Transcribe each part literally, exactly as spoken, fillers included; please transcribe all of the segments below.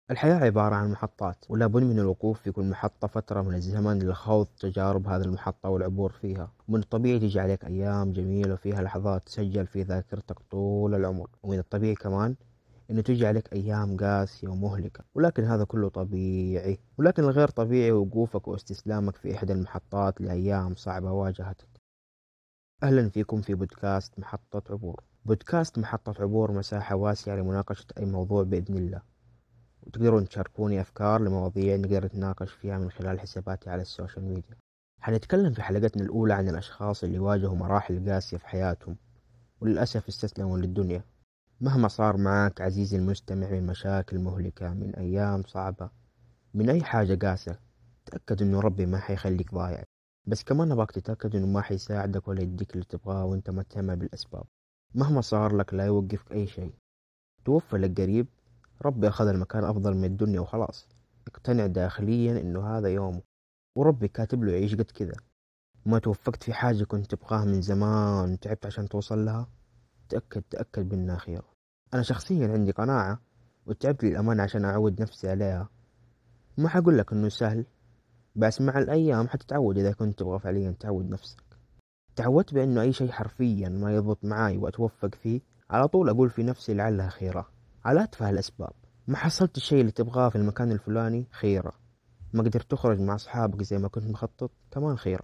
الحياة عبارة عن محطات، ولا بد من الوقوف في كل محطة فترة من الزمن لخوض تجارب هذه المحطة والعبور فيها. ومن الطبيعي تجي عليك أيام جميلة وفيها لحظات تسجل في ذاكرتك طول العمر، ومن الطبيعي كمان إنه تجي عليك أيام قاسية ومهلكة، ولكن هذا كله طبيعي. ولكن الغير طبيعي وقوفك واستسلامك في إحدى المحطات لأيام صعبة واجهتك. أهلا فيكم في بودكاست محطة عبور. بودكاست محطة عبور مساحة واسعة لمناقشة أي موضوع بإذن الله، وتقدرون تشاركوني أفكار لمواضيع نقدر نتناقش فيها من خلال حساباتي على السوشيال ميديا. حنتكلم في حلقتنا الأولى عن الأشخاص اللي واجهوا مراحل قاسية في حياتهم وللأسف استسلموا للدنيا. مهما صار معك عزيزي المستمع من مشاكل مهلكة، من أيام صعبة، من أي حاجة قاسية، تأكد إنه ربي ما حيخليك ضايع. بس كمان أبغاك تتأكد إنه ما حيساعدك ولا يديك اللي تبغاه وإنت ما تعمل بالأسباب. مهما صار لك لا يوقفك أي شيء. توفى لك قريب، ربي أخذ المكان أفضل من الدنيا وخلاص. اقتنع داخليا إنه هذا يومه، وربي كاتب له يعيش قد كذا. ما توفقت في حاجة كنت تبغاها من زمان وتعبت عشان توصل لها، تأكد تأكد منها خير. أنا شخصيا عندي قناعة، وتعبت للأمانة عشان أعود نفسي عليها. ما حقول لك إنه سهل، بس مع الأيام حتتعود. إذا كنت تبغى فعليا تعود نفسك، تعودت بأنه أي شيء حرفيا ما يضبط معاي وأتوفق فيه، على طول أقول في نفسي لعلها خيرة، على أتفه الأسباب. ما حصلت الشيء اللي تبغاه في المكان الفلاني، خيرة. ما قدرت تخرج مع أصحابك زي ما كنت مخطط، كمان خيرة.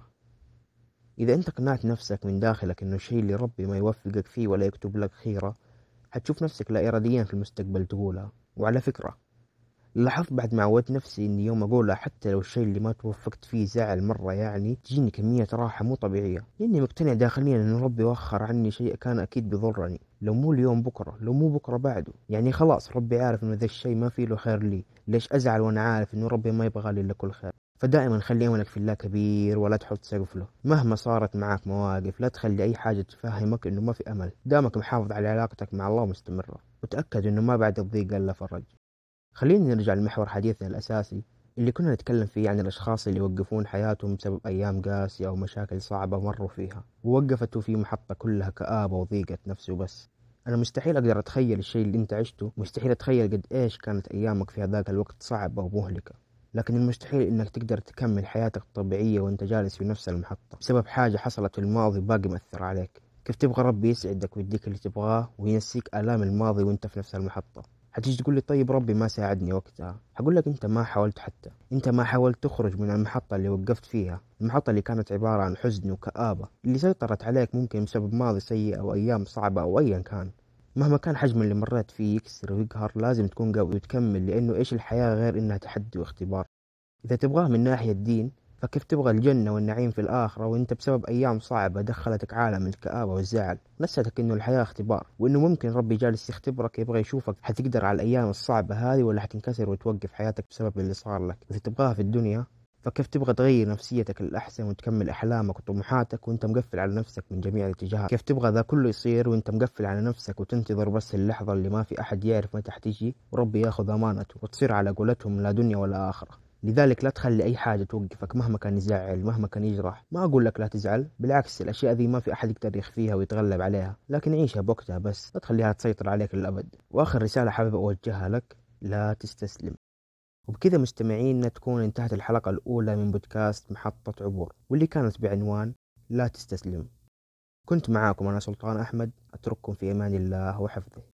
إذا أنت قنعت نفسك من داخلك إنه الشيء اللي ربي ما يوفقك فيه ولا يكتب لك خيرة، حتشوف نفسك لا إراديا في المستقبل تقولها. وعلى فكرة، لاحظت بعد ما عودت نفسي إني يوم أقولها حتى لو الشيء اللي ما توفقت فيه زعل مرة، يعني تجيني كمية راحة مو طبيعية، لأني مقتنع داخليا إن ربي وخر عني شيء كان أكيد بيضرني، لو مو اليوم بكرة، لو مو بكرة بعده. يعني خلاص ربي عارف إنه ذا الشيء ما فيه له خير لي، ليش أزعل وأنا عارف إنه ربي ما يبغى لي إلا كل خير؟ فدائما خلي أملك في الله كبير، ولا تحط سقف له. مهما صارت معك مواقف، لا تخلي أي حاجة تفهمك إنه ما في أمل. دامك محافظ على علاقتك مع الله مستمرة، وتأكد إنه ما بعد الضيق إلا فرج. خلينا نرجع لمحور حديثنا الأساسي، اللي كنا نتكلم فيه عن الأشخاص اللي يوقفون حياتهم بسبب أيام قاسية أو مشاكل صعبة مروا فيها، ووقفته في محطة كلها كآبة وضيقة نفس وبس. أنا مستحيل أقدر أتخيل الشيء اللي أنت عشته، مستحيل أتخيل قد إيش كانت أيامك في هذاك الوقت صعبة ومهلكة، لكن المستحيل إنك تقدر تكمل حياتك الطبيعية وأنت جالس في نفس المحطة بسبب حاجة حصلت في الماضي باقي مأثر عليك. كيف تبغى ربي يسعدك ويديك اللي تبغاه وينسيك آلام الماضي وأنت في نفس المحطة؟ حتيجي تقول لي طيب ربي ما ساعدني وقتها. هقول لك انت ما حاولت، حتى انت ما حاولت تخرج من المحطة اللي وقفت فيها، المحطة اللي كانت عبارة عن حزن وكآبة اللي سيطرت عليك ممكن بسبب ماضي سيء او ايام صعبة او ايا كان. مهما كان حجم اللي مريت فيه يكسر ويقهر، لازم تكون قوي وتكمل، لانه ايش الحياة غير انها تحدي واختبار. إذا تبغاه من ناحية الدين، فكيف تبغى الجنة والنعيم في الآخرة وأنت بسبب أيام صعبة دخلتك عالم الكآبة والزعل؟ نسيتك إنه الحياة اختبار، وإنه ممكن ربي جالس يختبرك، يبغى يشوفك حتقدر على الأيام الصعبة هذه ولا حتنكسر وتوقف حياتك بسبب اللي صار لك. إذا تبغاها في الدنيا، فكيف تبغى تغير نفسيتك للأحسن وتكمل أحلامك وطموحاتك وأنت مقفل على نفسك من جميع الاتجاهات؟ كيف تبغى ذا كله يصير وأنت مقفل على نفسك وتنتظر بس اللحظة اللي ما في أحد يعرف متى حتيجي وربي ياخذ أمانته وتصير على قولتهم لا دنيا ولا آخرة؟ لذلك لا تخلي أي حاجة توقفك، مهما كان يزعل، مهما كان يجرح. ما أقول لك لا تزعل، بالعكس، الأشياء ذي ما في أحد يقدر يخفيها ويتغلب عليها، لكن عيشها بوقتها، بس لا تخليها تسيطر عليك للأبد. وآخر رسالة حابب أوجهها لك، لا تستسلم. وبكذا مستمعينا تكون انتهت الحلقة الأولى من بودكاست محطة عبور، واللي كانت بعنوان لا تستسلم. كنت معاكم أنا سلطان أحمد، أترككم في أمان الله وحفظه.